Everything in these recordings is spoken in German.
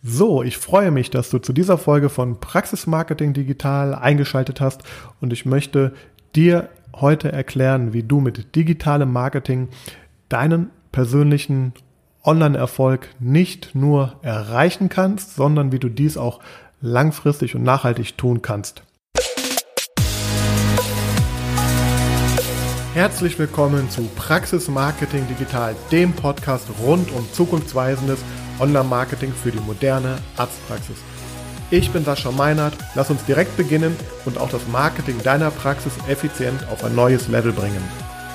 So, ich freue mich, dass du zu dieser Folge von Praxis Marketing Digital eingeschaltet hast und ich möchte dir heute erklären, wie du mit digitalem Marketing deinen persönlichen Online-Erfolg nicht nur erreichen kannst, sondern wie du dies auch langfristig und nachhaltig tun kannst. Herzlich willkommen zu Praxis Marketing Digital, dem Podcast rund um zukunftsweisendes Online-Marketing für die moderne Arztpraxis. Ich bin Sascha Meinert, lass uns direkt beginnen und auch das Marketing deiner Praxis effizient auf ein neues Level bringen.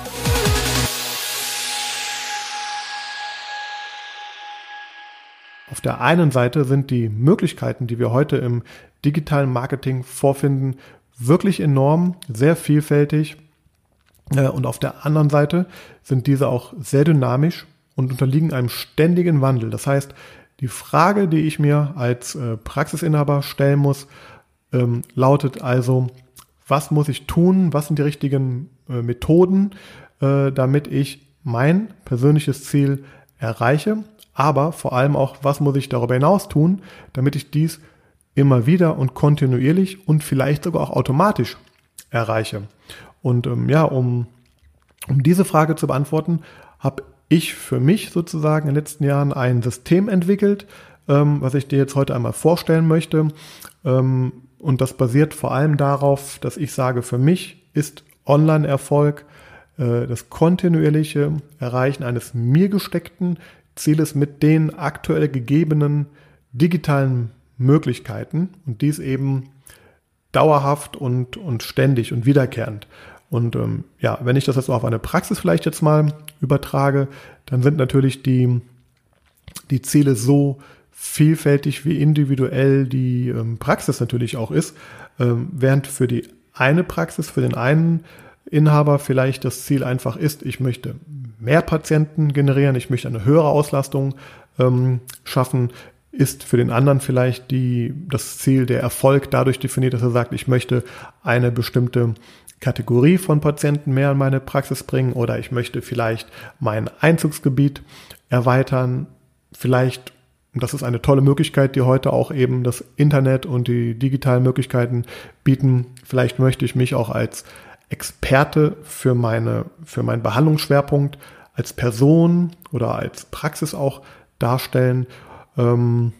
Auf der einen Seite sind die Möglichkeiten, die wir heute im digitalen Marketing vorfinden, wirklich enorm, sehr vielfältig. Und auf der anderen Seite sind diese auch sehr dynamisch und unterliegen einem ständigen Wandel. Das heißt, die Frage, die ich mir als Praxisinhaber stellen muss, lautet also, was muss ich tun, was sind die richtigen Methoden, damit ich mein persönliches Ziel erreiche, aber vor allem auch, was muss ich darüber hinaus tun, damit ich dies immer wieder und kontinuierlich und vielleicht sogar auch automatisch erreiche. Und um diese Frage zu beantworten, habe ich für mich sozusagen in den letzten Jahren ein System entwickelt, was ich dir jetzt heute einmal vorstellen möchte. Und das basiert vor allem darauf, dass ich sage, für mich ist Online-Erfolg das kontinuierliche Erreichen eines mir gesteckten Zieles mit den aktuell gegebenen digitalen Möglichkeiten und dies eben dauerhaft und ständig und wiederkehrend. Und wenn ich das jetzt auf eine Praxis vielleicht jetzt mal übertrage, dann sind natürlich die Ziele so vielfältig, wie individuell die Praxis natürlich auch ist, während für die eine Praxis, für den einen Inhaber vielleicht das Ziel einfach ist, ich möchte mehr Patienten generieren, ich möchte eine höhere Auslastung schaffen, ist für den anderen vielleicht das Ziel, der Erfolg dadurch definiert, dass er sagt, ich möchte eine bestimmte Kategorie von Patienten mehr in meine Praxis bringen oder ich möchte vielleicht mein Einzugsgebiet erweitern. Vielleicht, und das ist eine tolle Möglichkeit, die heute auch eben das Internet und die digitalen Möglichkeiten bieten, vielleicht möchte ich mich auch als Experte für meinen Behandlungsschwerpunkt als Person oder als Praxis auch darstellen. Und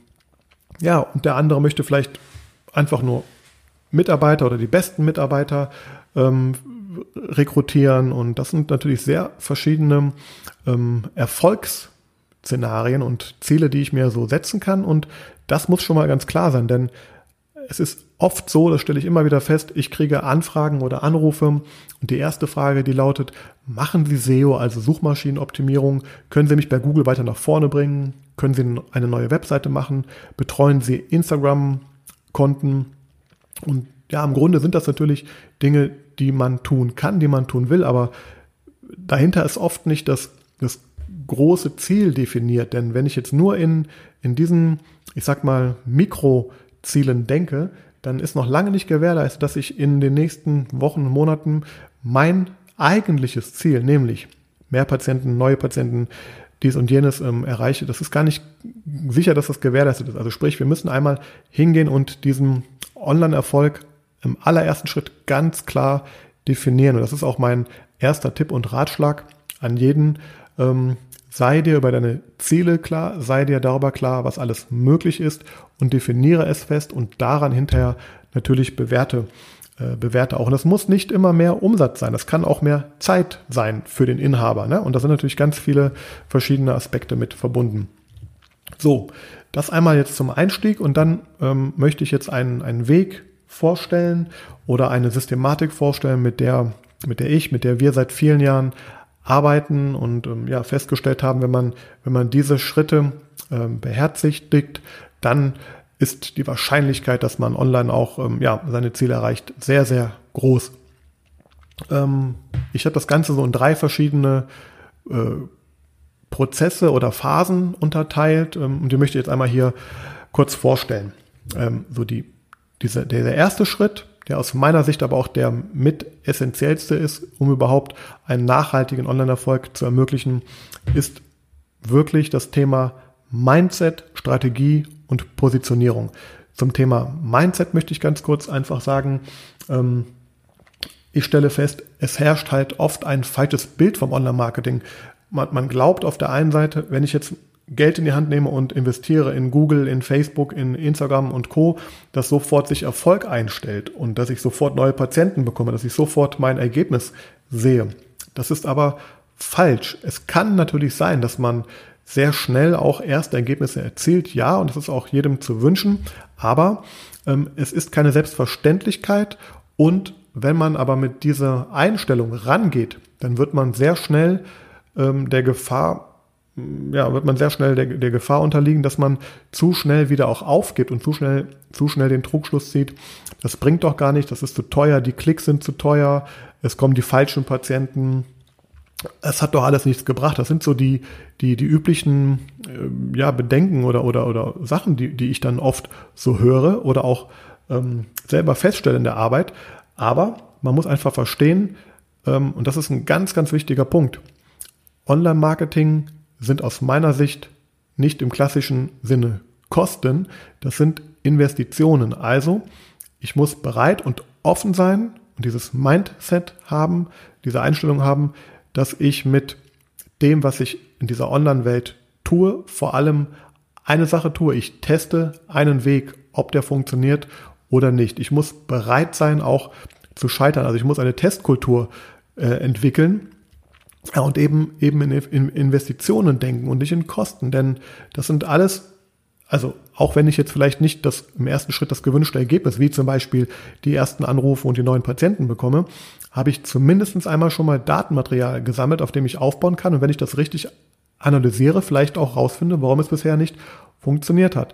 der andere möchte vielleicht einfach nur Mitarbeiter oder die besten Mitarbeiter rekrutieren. Und das sind natürlich sehr verschiedene Erfolgsszenarien und Ziele, die ich mir so setzen kann. Und das muss schon mal ganz klar sein, denn es ist oft so, das stelle ich immer wieder fest, ich kriege Anfragen oder Anrufe und die erste Frage, die lautet, machen Sie SEO, also Suchmaschinenoptimierung, können Sie mich bei Google weiter nach vorne bringen, können Sie eine neue Webseite machen, betreuen Sie Instagram-Konten und ja, im Grunde sind das natürlich Dinge, die man tun kann, die man tun will, aber dahinter ist oft nicht das große Ziel definiert, denn wenn ich jetzt nur in diesen, ich sag mal, Mikrozielen denke, dann ist noch lange nicht gewährleistet, dass ich in den nächsten Wochen und Monaten mein eigentliches Ziel, nämlich mehr Patienten, neue Patienten, dies und jenes erreiche. Das ist gar nicht sicher, dass das gewährleistet ist. Also sprich, wir müssen einmal hingehen und diesen Online-Erfolg im allerersten Schritt ganz klar definieren. Und das ist auch mein erster Tipp und Ratschlag an jeden. Sei dir über deine Ziele klar, sei dir darüber klar, was alles möglich ist und definiere es fest und daran hinterher natürlich bewerte auch. Und das muss nicht immer mehr Umsatz sein, das kann auch mehr Zeit sein für den Inhaber, ne? Und da sind natürlich ganz viele verschiedene Aspekte mit verbunden. So, das einmal jetzt zum Einstieg und dann möchte ich jetzt einen Weg vorstellen oder eine Systematik vorstellen, mit der wir seit vielen Jahren arbeiten und festgestellt haben, wenn man diese Schritte beherzigt, dann ist die Wahrscheinlichkeit, dass man online auch seine Ziele erreicht, sehr, sehr groß. Ich habe das Ganze so in 3 verschiedene Prozesse oder Phasen unterteilt und die möchte ich jetzt einmal hier kurz vorstellen. Der erste Schritt, der aus meiner Sicht aber auch der mit essentiellste ist, um überhaupt einen nachhaltigen Online-Erfolg zu ermöglichen, ist wirklich das Thema Mindset, Strategie und Positionierung. Zum Thema Mindset möchte ich ganz kurz einfach sagen, ich stelle fest, es herrscht halt oft ein falsches Bild vom Online-Marketing. Man glaubt auf der einen Seite, wenn ich jetzt Geld in die Hand nehme und investiere in Google, in Facebook, in Instagram und Co., dass sofort sich Erfolg einstellt und dass ich sofort neue Patienten bekomme, dass ich sofort mein Ergebnis sehe. Das ist aber falsch. Es kann natürlich sein, dass man sehr schnell auch erste Ergebnisse erzielt, ja, und das ist auch jedem zu wünschen, aber es ist keine Selbstverständlichkeit, und wenn man aber mit dieser Einstellung rangeht, dann wird man sehr schnell der Gefahr unterliegen, dass man zu schnell wieder auch aufgibt und zu schnell den Trugschluss zieht, das bringt doch gar nicht, das ist zu teuer, die Klicks sind zu teuer, es kommen die falschen Patienten, es hat doch alles nichts gebracht. Das sind so die üblichen Bedenken oder Sachen, die ich dann oft so höre oder auch selber feststelle in der Arbeit. Aber man muss einfach verstehen, und das ist ein ganz, ganz wichtiger Punkt, Online-Marketing sind aus meiner Sicht nicht im klassischen Sinne Kosten, das sind Investitionen. Also ich muss bereit und offen sein und dieses Mindset haben, diese Einstellung haben, dass ich mit dem, was ich in dieser Online-Welt tue, vor allem eine Sache tue. Ich teste einen Weg, ob der funktioniert oder nicht. Ich muss bereit sein, auch zu scheitern. Also ich muss eine Testkultur entwickeln und eben in Investitionen denken und nicht in Kosten. Denn das sind alles, also auch wenn ich jetzt vielleicht nicht im ersten Schritt das gewünschte Ergebnis, wie zum Beispiel die ersten Anrufe und die neuen Patienten bekomme, habe ich zumindest einmal schon mal Datenmaterial gesammelt, auf dem ich aufbauen kann. Und wenn ich das richtig analysiere, vielleicht auch rausfinde, warum es bisher nicht funktioniert hat.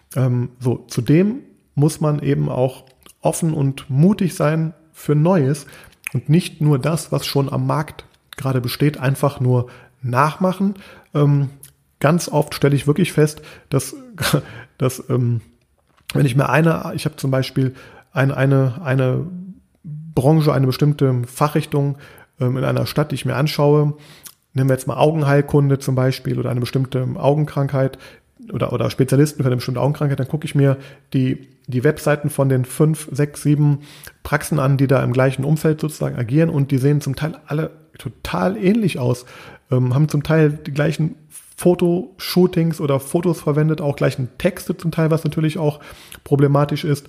Zudem muss man eben auch offen und mutig sein für Neues und nicht nur das, was schon am Markt gerade besteht, einfach nur nachmachen. Ganz oft stelle ich wirklich fest, dass wenn ich mir ich habe zum Beispiel eine Branche, eine bestimmte Fachrichtung in einer Stadt, die ich mir anschaue, nehmen wir jetzt mal Augenheilkunde zum Beispiel oder eine bestimmte Augenkrankheit oder Spezialisten für eine bestimmte Augenkrankheit, dann gucke ich mir die Webseiten von den 5, 6, 7 Praxen an, die da im gleichen Umfeld sozusagen agieren, und die sehen zum Teil alle total ähnlich aus, haben zum Teil die gleichen Fotoshootings oder Fotos verwendet, auch gleichen Texte zum Teil, was natürlich auch problematisch ist.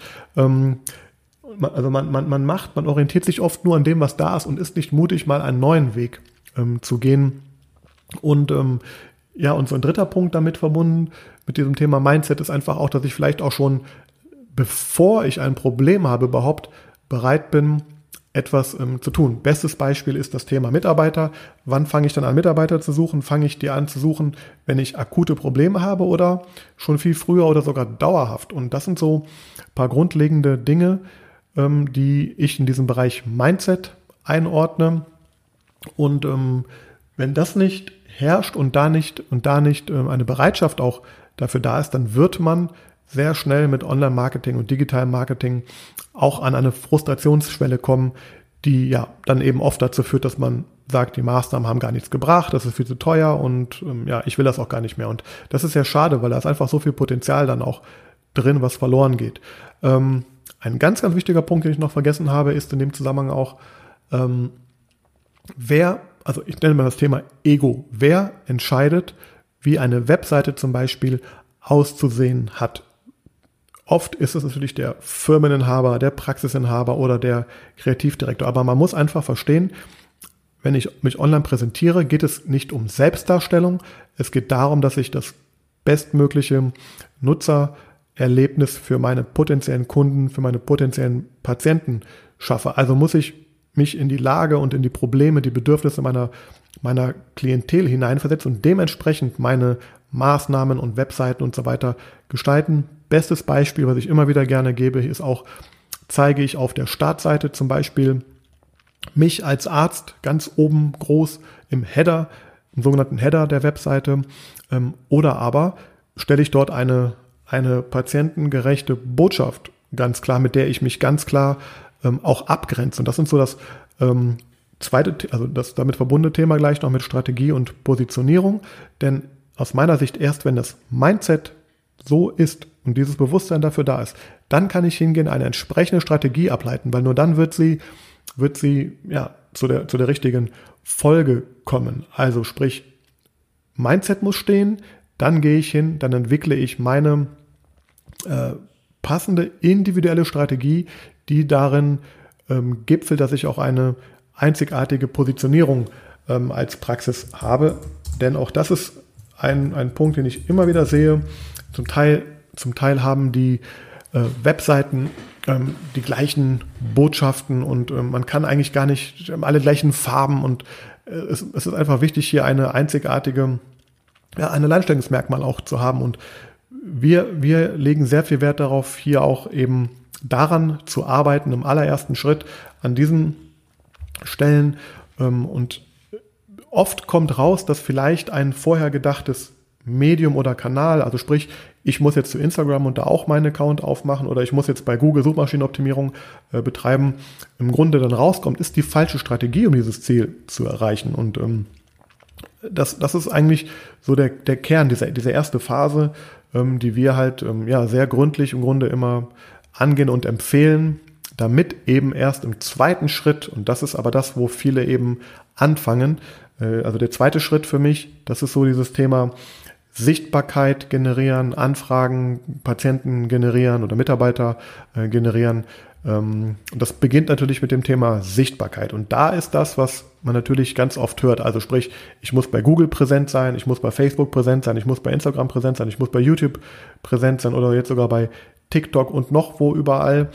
Also man orientiert sich oft nur an dem, was da ist, und ist nicht mutig, mal einen neuen Weg zu gehen. Und und so ein dritter Punkt damit verbunden mit diesem Thema Mindset ist einfach auch, dass ich vielleicht auch schon, bevor ich ein Problem habe, überhaupt bereit bin, etwas zu tun. Bestes Beispiel ist das Thema Mitarbeiter. Wann fange ich dann an, Mitarbeiter zu suchen? Fange ich die an zu suchen, wenn ich akute Probleme habe, oder schon viel früher oder sogar dauerhaft? Und das sind so ein paar grundlegende Dinge, die ich in diesem Bereich Mindset einordne. Und wenn das nicht herrscht und da nicht eine Bereitschaft auch dafür da ist, dann wird man sehr schnell mit Online-Marketing und digitalem Marketing auch an eine Frustrationsschwelle kommen, die ja dann eben oft dazu führt, dass man sagt, die Maßnahmen haben gar nichts gebracht, das ist viel zu teuer und ich will das auch gar nicht mehr. Und das ist ja schade, weil da ist einfach so viel Potenzial dann auch drin, was verloren geht. Ein ganz, ganz wichtiger Punkt, den ich noch vergessen habe, ist in dem Zusammenhang auch, ich nenne mal das Thema Ego. Wer entscheidet, wie eine Webseite zum Beispiel auszusehen hat? Oft ist es natürlich der Firmeninhaber, der Praxisinhaber oder der Kreativdirektor. Aber man muss einfach verstehen, wenn ich mich online präsentiere, geht es nicht um Selbstdarstellung. Es geht darum, dass ich das bestmögliche Nutzererlebnis für meine potenziellen Kunden, für meine potenziellen Patienten schaffe. Also muss ich mich in die Lage und in die Probleme, die Bedürfnisse meiner Klientel hineinversetzen und dementsprechend meine Maßnahmen und Webseiten und so weiter gestalten. Bestes Beispiel, was ich immer wieder gerne gebe, ist auch, zeige ich auf der Startseite zum Beispiel mich als Arzt ganz oben groß im Header, im sogenannten Header der Webseite, oder aber stelle ich dort eine patientengerechte Botschaft ganz klar, mit der ich mich ganz klar auch abgrenze. Und das sind so das zweite, also das damit verbundene Thema gleich noch mit Strategie und Positionierung, denn aus meiner Sicht erst, wenn das Mindset so ist und dieses Bewusstsein dafür da ist, dann kann ich hingehen, eine entsprechende Strategie ableiten, weil nur dann wird sie ja zu der richtigen Folge kommen. Also sprich, Mindset muss stehen, dann gehe ich hin, dann entwickle ich meine passende individuelle Strategie, die darin gipfelt, dass ich auch eine einzigartige Positionierung als Praxis habe. Denn auch das ist ein Punkt, den ich immer wieder sehe. Zum Teil haben die Webseiten die gleichen Botschaften und man kann eigentlich gar nicht alle gleichen Farben und es ist einfach wichtig, hier eine einzigartige, ein Alleinstellungsmerkmal auch zu haben und wir legen sehr viel Wert darauf, hier auch eben daran zu arbeiten, im allerersten Schritt an diesen Stellen und oft kommt raus, dass vielleicht ein vorher gedachtes Medium oder Kanal, also sprich, ich muss jetzt zu Instagram und da auch meinen Account aufmachen oder ich muss jetzt bei Google Suchmaschinenoptimierung betreiben, im Grunde dann rauskommt, ist die falsche Strategie, um dieses Ziel zu erreichen. Und das ist eigentlich so der Kern, diese erste Phase, die wir halt sehr gründlich im Grunde immer angehen und empfehlen, damit eben erst im zweiten Schritt, und das ist aber das, wo viele eben anfangen, also der zweite Schritt für mich, das ist so dieses Thema Sichtbarkeit generieren, Anfragen, Patienten generieren oder Mitarbeiter generieren. Und das beginnt natürlich mit dem Thema Sichtbarkeit. Und da ist das, was man natürlich ganz oft hört. Also sprich, ich muss bei Google präsent sein, ich muss bei Facebook präsent sein, ich muss bei Instagram präsent sein, ich muss bei YouTube präsent sein oder jetzt sogar bei TikTok und noch wo überall.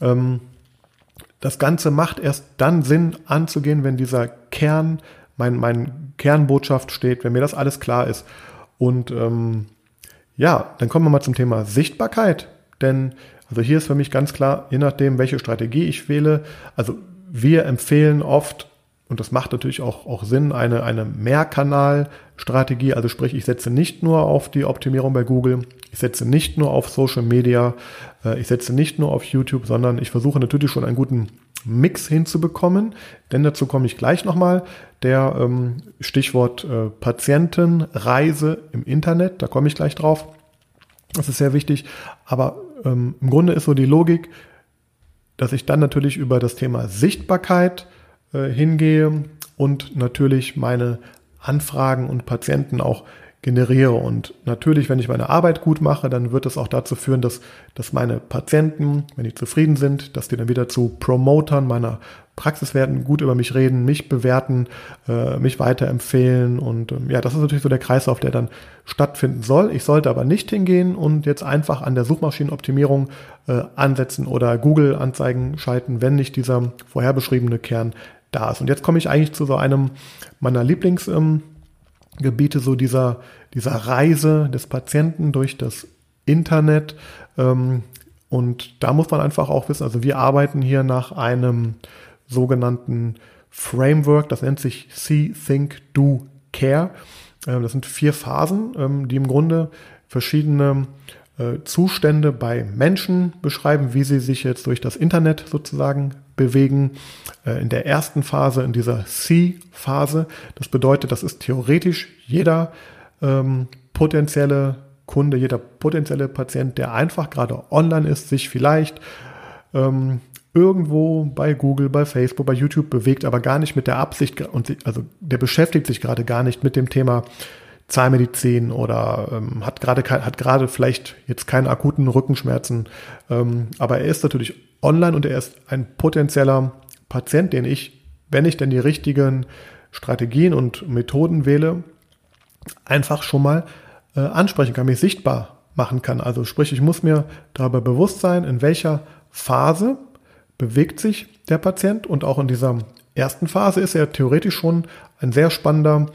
Das Ganze macht erst dann Sinn anzugehen, wenn dieser Kern, mein Kernbotschaft steht, wenn mir das alles klar ist. Und dann kommen wir mal zum Thema Sichtbarkeit, denn also hier ist für mich ganz klar, je nachdem, welche Strategie ich wähle, also wir empfehlen oft, und das macht natürlich auch Sinn, eine Mehrkanalstrategie, also sprich, ich setze nicht nur auf die Optimierung bei Google, ich setze nicht nur auf Social Media, ich setze nicht nur auf YouTube, sondern ich versuche natürlich schon einen guten Mix hinzubekommen, denn dazu komme ich gleich nochmal, der Stichwort Patientenreise im Internet, da komme ich gleich drauf, das ist sehr wichtig, aber im Grunde ist so die Logik, dass ich dann natürlich über das Thema Sichtbarkeit hingehe und natürlich meine Anfragen und Patienten auch generiere. Und natürlich, wenn ich meine Arbeit gut mache, dann wird es auch dazu führen, dass meine Patienten, wenn die zufrieden sind, dass die dann wieder zu Promotern meiner Praxis werden, gut über mich reden, mich bewerten, mich weiterempfehlen. Und das ist natürlich so der Kreislauf, der dann stattfinden soll. Ich sollte aber nicht hingehen und jetzt einfach an der Suchmaschinenoptimierung ansetzen oder Google-Anzeigen schalten, wenn nicht dieser vorher beschriebene Kern da ist. Und jetzt komme ich eigentlich zu so einem meiner Lieblingsgebiete, so dieser Reise des Patienten durch das Internet. Und da muss man einfach auch wissen, also wir arbeiten hier nach einem sogenannten Framework, das nennt sich See, Think, Do, Care. Das sind 4 Phasen, die im Grunde verschiedene Zustände bei Menschen beschreiben, wie sie sich jetzt durch das Internet sozusagen bewegen. In der ersten Phase, in dieser See-Phase, das bedeutet, das ist theoretisch jeder potenzielle Kunde, jeder potenzielle Patient, der einfach gerade online ist, sich vielleicht irgendwo bei Google, bei Facebook, bei YouTube bewegt, aber gar nicht mit der Absicht, also der beschäftigt sich gerade gar nicht mit dem Thema Zahnmedizin oder hat gerade vielleicht jetzt keine akuten Rückenschmerzen, aber er ist natürlich online und er ist ein potenzieller Patient, den ich, wenn ich denn die richtigen Strategien und Methoden wähle, einfach schon mal ansprechen kann, mich sichtbar machen kann. Also sprich, ich muss mir darüber bewusst sein, in welcher Phase bewegt sich der Patient und auch in dieser ersten Phase ist er theoretisch schon ein sehr spannender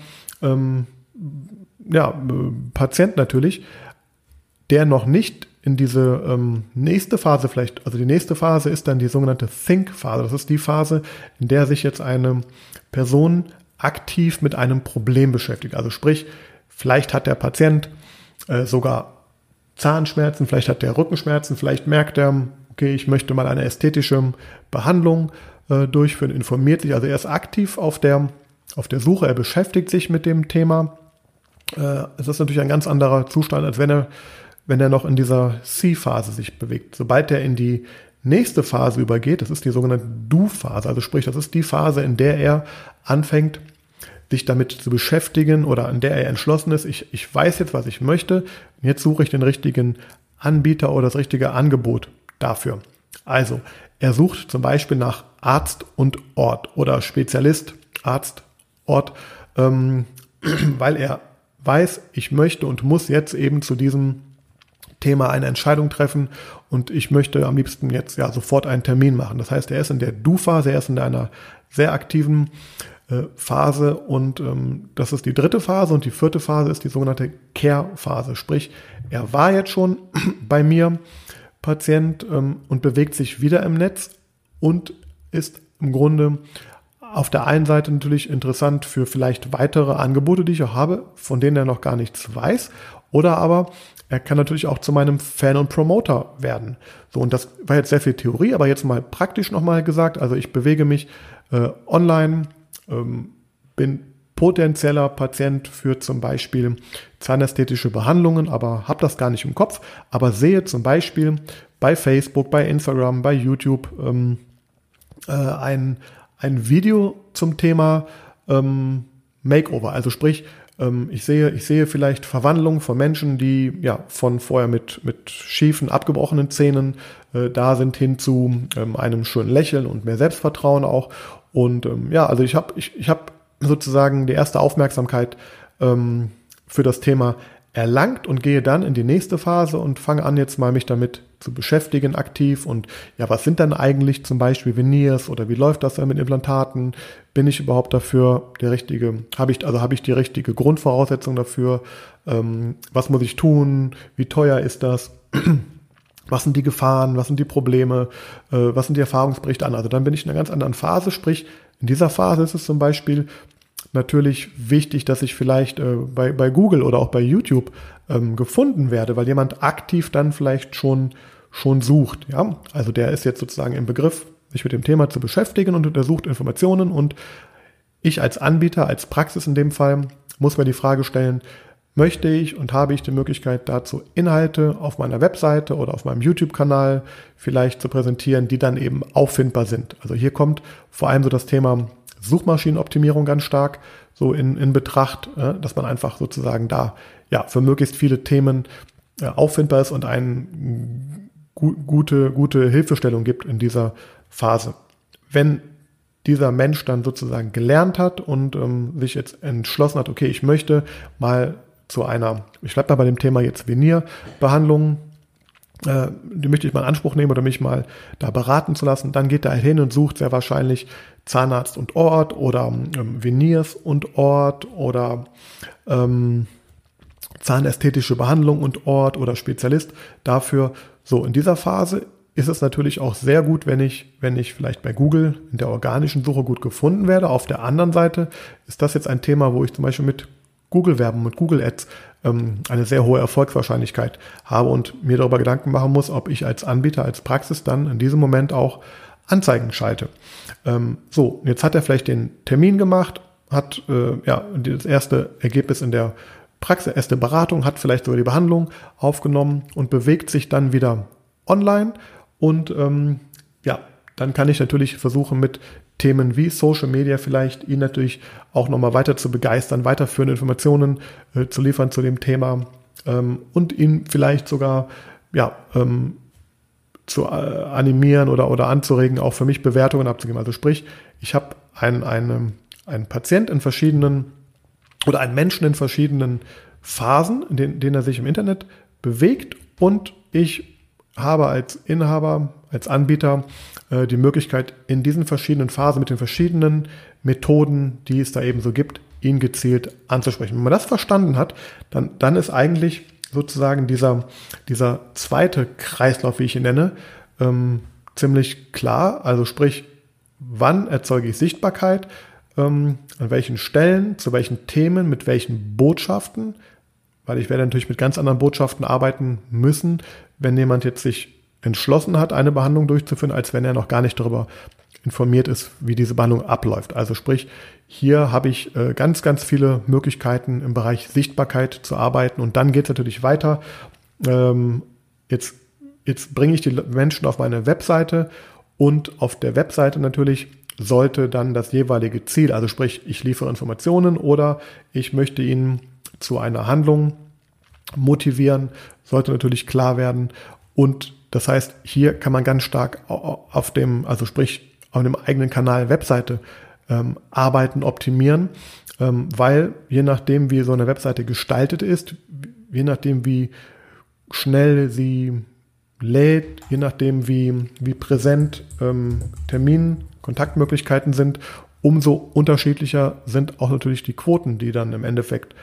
Patient natürlich, der noch nicht in diese nächste Phase vielleicht, also die nächste Phase ist dann die sogenannte Think-Phase. Das ist die Phase, in der sich jetzt eine Person aktiv mit einem Problem beschäftigt. Also sprich, vielleicht hat der Patient sogar Zahnschmerzen, vielleicht hat der Rückenschmerzen, vielleicht merkt er, okay, ich möchte mal eine ästhetische Behandlung durchführen, informiert sich, also er ist aktiv auf der Suche, er beschäftigt sich mit dem Thema es ist natürlich ein ganz anderer Zustand, als wenn er noch in dieser C-Phase sich bewegt. Sobald er in die nächste Phase übergeht, das ist die sogenannte Do-Phase, also sprich, das ist die Phase, in der er anfängt, sich damit zu beschäftigen oder an der er entschlossen ist, ich weiß jetzt, was ich möchte, und jetzt suche ich den richtigen Anbieter oder das richtige Angebot dafür. Also, er sucht zum Beispiel nach Arzt und Ort oder Spezialist, Arzt, Ort, weil er weiß, ich möchte und muss jetzt eben zu diesem Thema eine Entscheidung treffen und ich möchte am liebsten jetzt sofort einen Termin machen. Das heißt, er ist in der Do-Phase, er ist in einer sehr aktiven Phase und das ist die dritte Phase und die vierte Phase ist die sogenannte Care-Phase. Sprich, er war jetzt schon bei mir Patient und bewegt sich wieder im Netz und ist im Grunde auf der einen Seite natürlich interessant für vielleicht weitere Angebote, die ich auch habe, von denen er noch gar nichts weiß, oder aber er kann natürlich auch zu meinem Fan und Promoter werden. So, und das war jetzt sehr viel Theorie, aber jetzt mal praktisch nochmal gesagt, also ich bewege mich online, bin potenzieller Patient für zum Beispiel zahnästhetische Behandlungen, aber habe das gar nicht im Kopf, aber sehe zum Beispiel bei Facebook, bei Instagram, bei YouTube ein Video zum Thema Makeover, also sprich, ich sehe vielleicht Verwandlungen von Menschen, die von vorher mit schiefen, abgebrochenen Zähnen da sind, hin zu einem schönen Lächeln und mehr Selbstvertrauen auch. Und also ich hab sozusagen die erste Aufmerksamkeit für das Thema erlangt und gehe dann in die nächste Phase und fange an, jetzt mal mich damit zu beschäftigen aktiv und was sind dann eigentlich zum Beispiel Veneers oder wie läuft das dann mit Implantaten? Bin ich überhaupt dafür der richtige, habe ich die richtige Grundvoraussetzung dafür? Was muss ich tun? Wie teuer ist das? Was sind die Gefahren? Was sind die Probleme? Was sind die Erfahrungsberichte an? Also dann bin ich in einer ganz anderen Phase, sprich in dieser Phase ist es zum Beispiel natürlich wichtig, dass ich vielleicht bei Google oder auch bei YouTube gefunden werde, weil jemand aktiv dann vielleicht schon sucht. Ja? Also der ist jetzt sozusagen im Begriff, sich mit dem Thema zu beschäftigen und der sucht Informationen und ich als Anbieter, als Praxis in dem Fall, muss mir die Frage stellen, möchte ich und habe ich die Möglichkeit dazu Inhalte auf meiner Webseite oder auf meinem YouTube-Kanal vielleicht zu präsentieren, die dann eben auffindbar sind. Also hier kommt vor allem so das Thema Suchmaschinenoptimierung ganz stark so in Betracht, dass man einfach sozusagen da für möglichst viele Themen auffindbar ist und eine gute Hilfestellung gibt in dieser Phase. Wenn dieser Mensch dann sozusagen gelernt hat und sich jetzt entschlossen hat, okay, ich möchte mal ich bleibe mal bei dem Thema jetzt Veneer-Behandlungen, die möchte ich mal in Anspruch nehmen oder mich mal da beraten zu lassen, dann geht er hin und sucht sehr wahrscheinlich Zahnarzt und Ort oder Veneers und Ort oder zahnästhetische Behandlung und Ort oder Spezialist dafür. So, in dieser Phase ist es natürlich auch sehr gut, wenn ich vielleicht bei Google in der organischen Suche gut gefunden werde. Auf der anderen Seite ist das jetzt ein Thema, wo ich zum Beispiel mit Google-Werbung, mit Google Ads eine sehr hohe Erfolgswahrscheinlichkeit habe und mir darüber Gedanken machen muss, ob ich als Anbieter, als Praxis dann in diesem Moment auch Anzeigen schalte. So, jetzt hat er vielleicht den Termin gemacht, hat das erste Ergebnis in der Praxis, erste Beratung, hat vielleicht sogar die Behandlung aufgenommen und bewegt sich dann wieder online und dann kann ich natürlich versuchen, mit Themen wie Social Media vielleicht ihn natürlich auch nochmal weiter zu begeistern, weiterführende Informationen zu liefern zu dem Thema und ihn vielleicht sogar zu animieren oder anzuregen, auch für mich Bewertungen abzugeben. Also sprich, ich habe einen Patient in verschiedenen oder einen Menschen in verschiedenen Phasen, in denen er sich im Internet bewegt und ich habe als Inhaber, als Anbieter die Möglichkeit, in diesen verschiedenen Phasen mit den verschiedenen Methoden, die es da eben so gibt, ihn gezielt anzusprechen. Wenn man das verstanden hat, dann ist eigentlich sozusagen dieser zweite Kreislauf, wie ich ihn nenne, ziemlich klar. Also sprich, wann erzeuge ich Sichtbarkeit, an welchen Stellen, zu welchen Themen, mit welchen Botschaften, weil ich werde natürlich mit ganz anderen Botschaften arbeiten müssen, wenn jemand jetzt sich entschlossen hat, eine Behandlung durchzuführen, als wenn er noch gar nicht darüber informiert ist, wie diese Behandlung abläuft. Also sprich, hier habe ich ganz, ganz viele Möglichkeiten im Bereich Sichtbarkeit zu arbeiten und dann geht es natürlich weiter. Jetzt bringe ich die Menschen auf meine Webseite und auf der Webseite natürlich sollte dann das jeweilige Ziel, also sprich, ich liefere Informationen oder ich möchte ihnen zu einer Handlung motivieren, sollte natürlich klar werden. Und das heißt, hier kann man ganz stark auf dem eigenen Kanal Webseite arbeiten, optimieren, weil je nachdem, wie so eine Webseite gestaltet ist, je nachdem, wie schnell sie lädt, je nachdem, wie präsent Kontaktmöglichkeiten sind, umso unterschiedlicher sind auch natürlich die Quoten, die dann im Endeffekt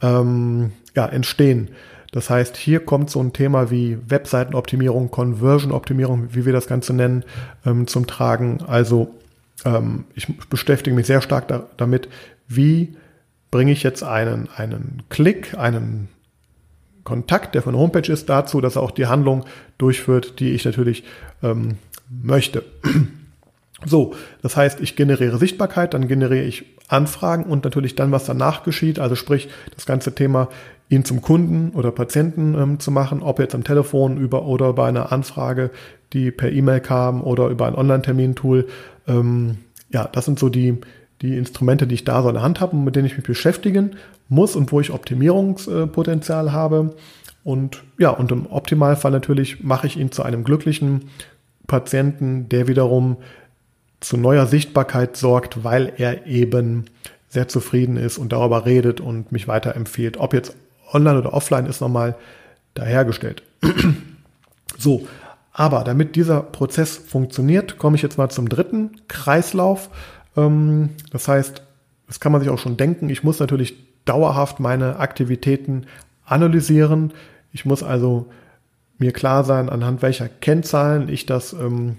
entstehen. Das heißt, hier kommt so ein Thema wie Webseitenoptimierung, Conversion-Optimierung, wie wir das Ganze nennen, zum Tragen. Also ich beschäftige mich sehr stark damit, wie bringe ich jetzt einen Klick, einen Kontakt, der von der Homepage ist, dazu, dass er auch die Handlung durchführt, die ich natürlich möchte. So, das heißt, ich generiere Sichtbarkeit, dann generiere ich Anfragen und natürlich dann, was danach geschieht, also sprich das ganze Thema, ihn zum Kunden oder Patienten zu machen, ob jetzt am Telefon oder über eine Anfrage, die per E-Mail kam oder über ein Online-Termin-Tool. Das sind so die Instrumente, die ich da so in der Hand habe und mit denen ich mich beschäftigen muss und wo ich Optimierungspotenzial habe. Und im Optimalfall natürlich mache ich ihn zu einem glücklichen Patienten, der wiederum zu neuer Sichtbarkeit sorgt, weil er eben sehr zufrieden ist und darüber redet und mich weiterempfiehlt. Ob jetzt online oder offline ist nochmal dahergestellt. So, aber damit dieser Prozess funktioniert, komme ich jetzt mal zum dritten Kreislauf. Das heißt, das kann man sich auch schon denken, ich muss natürlich dauerhaft meine Aktivitäten analysieren. Ich muss also mir klar sein, anhand welcher Kennzahlen ich das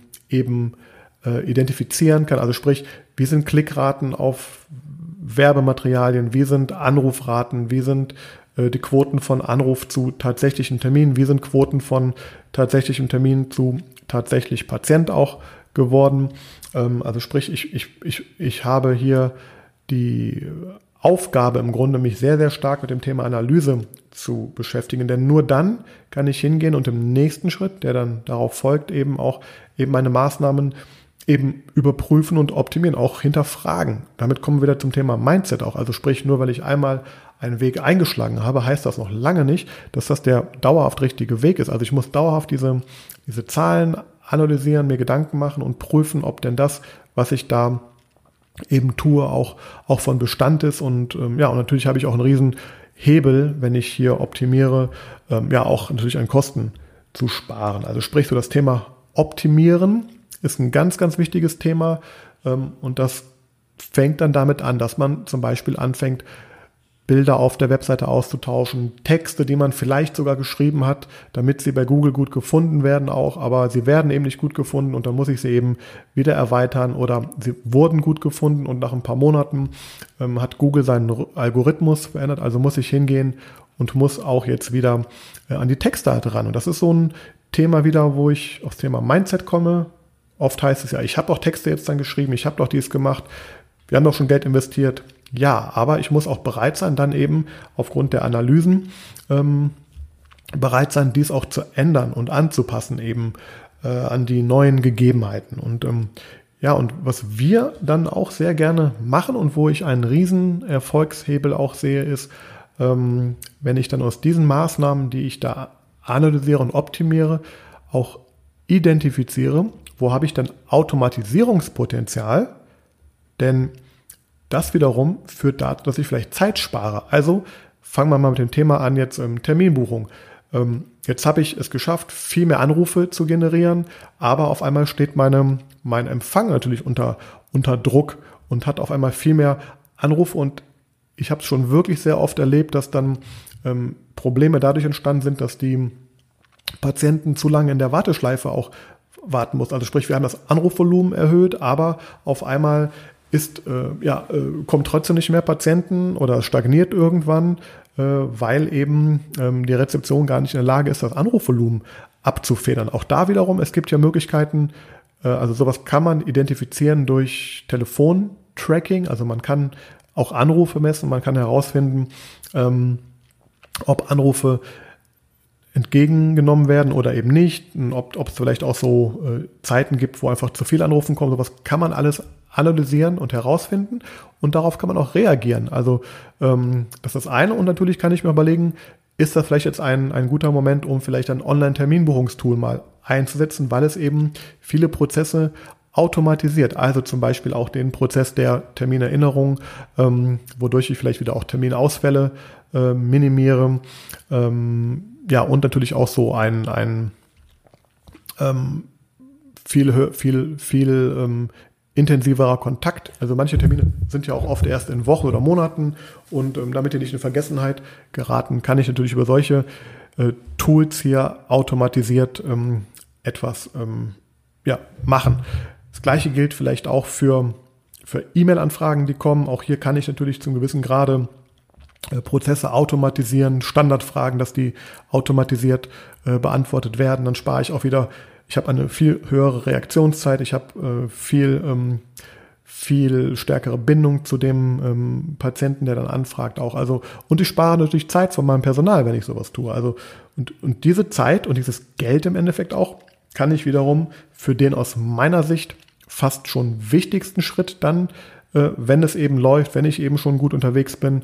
identifizieren kann. Also sprich, wie sind Klickraten auf Werbematerialien, wie sind Anrufraten, wie sind die Quoten von Anruf zu tatsächlichen Terminen, wie sind Quoten von tatsächlichen Terminen zu tatsächlich Patient auch geworden. Also sprich, ich habe hier die Aufgabe im Grunde, mich sehr, sehr stark mit dem Thema Analyse zu beschäftigen, denn nur dann kann ich hingehen und im nächsten Schritt, der dann darauf folgt, eben meine Maßnahmen eben überprüfen und optimieren, auch hinterfragen. Damit kommen wir wieder zum Thema Mindset auch. Also sprich, nur weil ich einmal einen Weg eingeschlagen habe, heißt das noch lange nicht, dass das der dauerhaft richtige Weg ist. Also ich muss dauerhaft diese Zahlen analysieren, mir Gedanken machen und prüfen, ob denn das, was ich da eben tue, auch von Bestand ist. Und und natürlich habe ich auch einen riesen Hebel, wenn ich hier optimiere, auch natürlich an Kosten zu sparen. Also sprich, so das Thema Optimieren ist ein ganz, ganz wichtiges Thema und das fängt dann damit an, dass man zum Beispiel anfängt, Bilder auf der Webseite auszutauschen, Texte, die man vielleicht sogar geschrieben hat, damit sie bei Google gut gefunden werden auch, aber sie werden eben nicht gut gefunden und dann muss ich sie eben wieder erweitern oder sie wurden gut gefunden und nach ein paar Monaten hat Google seinen Algorithmus verändert, also muss ich hingehen und muss auch jetzt wieder an die Texte halt ran. Und das ist so ein Thema wieder, wo ich aufs Thema Mindset komme. Oft heißt es ja, ich habe doch Texte jetzt dann geschrieben, ich habe doch dies gemacht, wir haben doch schon Geld investiert. Ja, aber ich muss auch bereit sein, dann eben aufgrund der Analysen bereit sein, dies auch zu ändern und anzupassen eben an die neuen Gegebenheiten. Und und was wir dann auch sehr gerne machen und wo ich einen riesen Erfolgshebel auch sehe, ist, wenn ich dann aus diesen Maßnahmen, die ich da analysiere und optimiere, auch identifiziere, wo habe ich dann Automatisierungspotenzial, denn das wiederum führt dazu, dass ich vielleicht Zeit spare. Also fangen wir mal mit dem Thema an, jetzt Terminbuchung. Jetzt habe ich es geschafft, viel mehr Anrufe zu generieren, aber auf einmal steht mein Empfang natürlich unter Druck und hat auf einmal viel mehr Anrufe und ich habe es schon wirklich sehr oft erlebt, dass dann Probleme dadurch entstanden sind, dass die Patienten zu lange in der Warteschleife auch warten mussten. Also sprich, wir haben das Anrufvolumen erhöht, aber auf einmal kommt trotzdem nicht mehr Patienten oder stagniert irgendwann, weil eben die Rezeption gar nicht in der Lage ist, das Anrufvolumen abzufedern. Auch da wiederum, es gibt ja Möglichkeiten, Also sowas kann man identifizieren durch Telefontracking. Also man kann auch Anrufe messen, man kann herausfinden, ob Anrufe entgegengenommen werden oder eben nicht, ob es vielleicht auch so Zeiten gibt, wo einfach zu viel Anrufen kommen. Sowas kann man alles analysieren und herausfinden und darauf kann man auch reagieren. Also das ist das eine und natürlich kann ich mir überlegen, ist das vielleicht jetzt ein guter Moment, um vielleicht ein Online-Terminbuchungstool mal einzusetzen, weil es eben viele Prozesse automatisiert, also zum Beispiel auch den Prozess der Terminerinnerung, wodurch ich vielleicht wieder auch Terminausfälle minimiere, ja, und natürlich auch so ein viel intensiverer Kontakt. Also manche Termine sind ja auch oft erst in Wochen oder Monaten und damit die nicht in Vergessenheit geraten, kann ich natürlich über solche Tools hier automatisiert etwas machen. Das Gleiche gilt vielleicht auch für E-Mail-Anfragen, die kommen. Auch hier kann ich natürlich zum gewissen Grade Prozesse automatisieren, Standardfragen, dass die automatisiert beantwortet werden. Dann spare ich auch wieder, ich habe eine viel höhere Reaktionszeit, ich habe viel stärkere Bindung zu dem Patienten, der dann anfragt auch. Also, und ich spare natürlich Zeit von meinem Personal, wenn ich sowas tue. Also, und diese Zeit und dieses Geld im Endeffekt auch kann ich wiederum für den aus meiner Sicht fast schon wichtigsten Schritt dann, wenn es eben läuft, wenn ich eben schon gut unterwegs bin,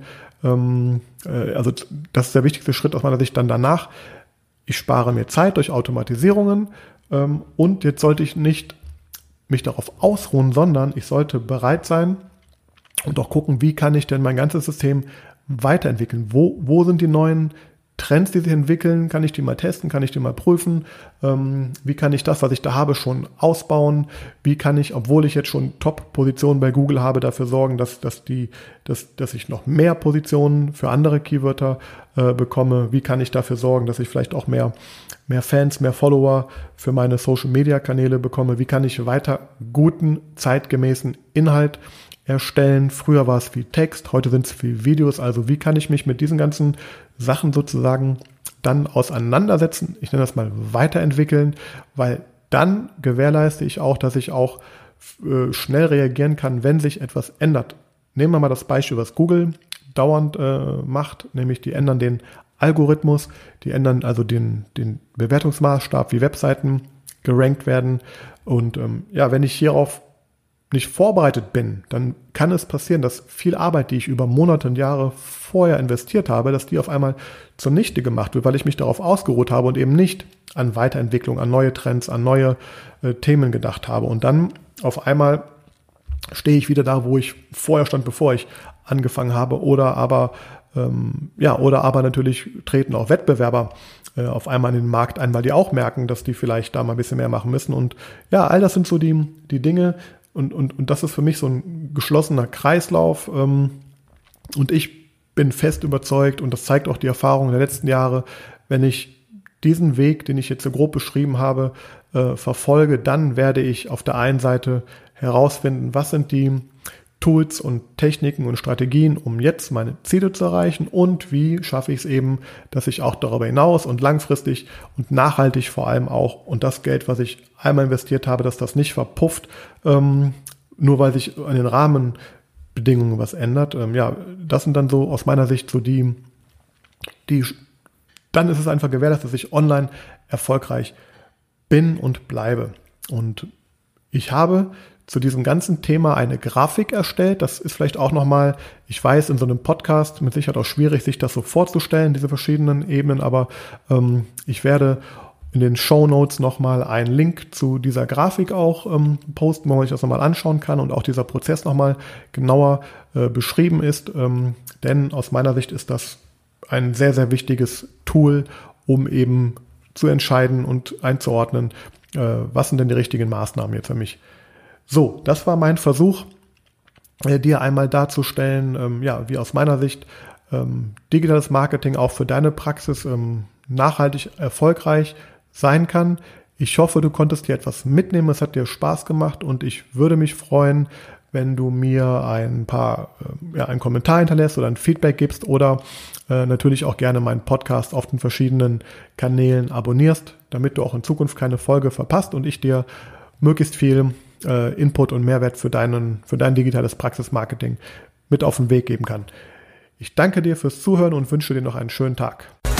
also das ist der wichtigste Schritt aus meiner Sicht dann danach. Ich spare mir Zeit durch Automatisierungen und jetzt sollte ich nicht mich darauf ausruhen, sondern ich sollte bereit sein und auch gucken, wie kann ich denn mein ganzes System weiterentwickeln? Wo sind die neuen Trends, die sich entwickeln? Kann ich die mal testen? Kann ich die mal prüfen? Wie kann ich das, was ich da habe, schon ausbauen? Wie kann ich, obwohl ich jetzt schon Top-Positionen bei Google habe, dafür sorgen, dass ich noch mehr Positionen für andere Keywörter bekomme? Wie kann ich dafür sorgen, dass ich vielleicht auch mehr Fans, mehr Follower für meine Social-Media-Kanäle bekomme? Wie kann ich weiter guten, zeitgemäßen Inhalt erstellen? Früher war es viel Text, heute sind es viel Videos. Also wie kann ich mich mit diesen ganzen Sachen sozusagen dann auseinandersetzen? Ich nenne das mal weiterentwickeln, weil dann gewährleiste ich auch, dass ich auch schnell reagieren kann, wenn sich etwas ändert. Nehmen wir mal das Beispiel, was Google dauernd macht, nämlich die ändern den Algorithmus, die ändern also den Bewertungsmaßstab, wie Webseiten gerankt werden. Und wenn ich hierauf nicht vorbereitet bin, dann kann es passieren, dass viel Arbeit, die ich über Monate und Jahre vorher investiert habe, dass die auf einmal zunichte gemacht wird, weil ich mich darauf ausgeruht habe und eben nicht an Weiterentwicklung, an neue Trends, an neue Themen gedacht habe. Und dann auf einmal stehe ich wieder da, wo ich vorher stand, bevor ich angefangen habe, oder aber natürlich treten auch Wettbewerber auf einmal in den Markt ein, weil die auch merken, dass die vielleicht da mal ein bisschen mehr machen müssen. Und ja, all das sind so die Dinge, und das ist für mich so ein geschlossener Kreislauf. Und ich bin fest überzeugt, und das zeigt auch die Erfahrung der letzten Jahre, wenn ich diesen Weg, den ich jetzt so grob beschrieben habe, verfolge, dann werde ich auf der einen Seite herausfinden, was sind die Tools und Techniken und Strategien, um jetzt meine Ziele zu erreichen, und wie schaffe ich es eben, dass ich auch darüber hinaus und langfristig und nachhaltig vor allem auch, und das Geld, was ich einmal investiert habe, dass das nicht verpufft, nur weil sich an den Rahmenbedingungen was ändert. Das sind dann so aus meiner Sicht so die dann ist es einfach gewährleistet, dass ich online erfolgreich bin und bleibe. Und ich habe zu diesem ganzen Thema eine Grafik erstellt. Das ist vielleicht auch nochmal, ich weiß, in so einem Podcast mit Sicherheit auch schwierig, sich das so vorzustellen, diese verschiedenen Ebenen, aber ich werde in den Shownotes nochmal einen Link zu dieser Grafik auch posten, wo man sich das nochmal anschauen kann und auch dieser Prozess nochmal genauer beschrieben ist. Denn aus meiner Sicht ist das ein sehr, sehr wichtiges Tool, um eben zu entscheiden und einzuordnen, was sind denn die richtigen Maßnahmen jetzt für mich. So, das war mein Versuch, dir einmal darzustellen, wie aus meiner Sicht digitales Marketing auch für deine Praxis nachhaltig erfolgreich sein kann. Ich hoffe, du konntest dir etwas mitnehmen, es hat dir Spaß gemacht, und ich würde mich freuen, wenn du mir einen Kommentar hinterlässt oder ein Feedback gibst oder natürlich auch gerne meinen Podcast auf den verschiedenen Kanälen abonnierst, damit du auch in Zukunft keine Folge verpasst und ich dir möglichst viel Input und Mehrwert für dein digitales Praxismarketing mit auf den Weg geben kann. Ich danke dir fürs Zuhören und wünsche dir noch einen schönen Tag.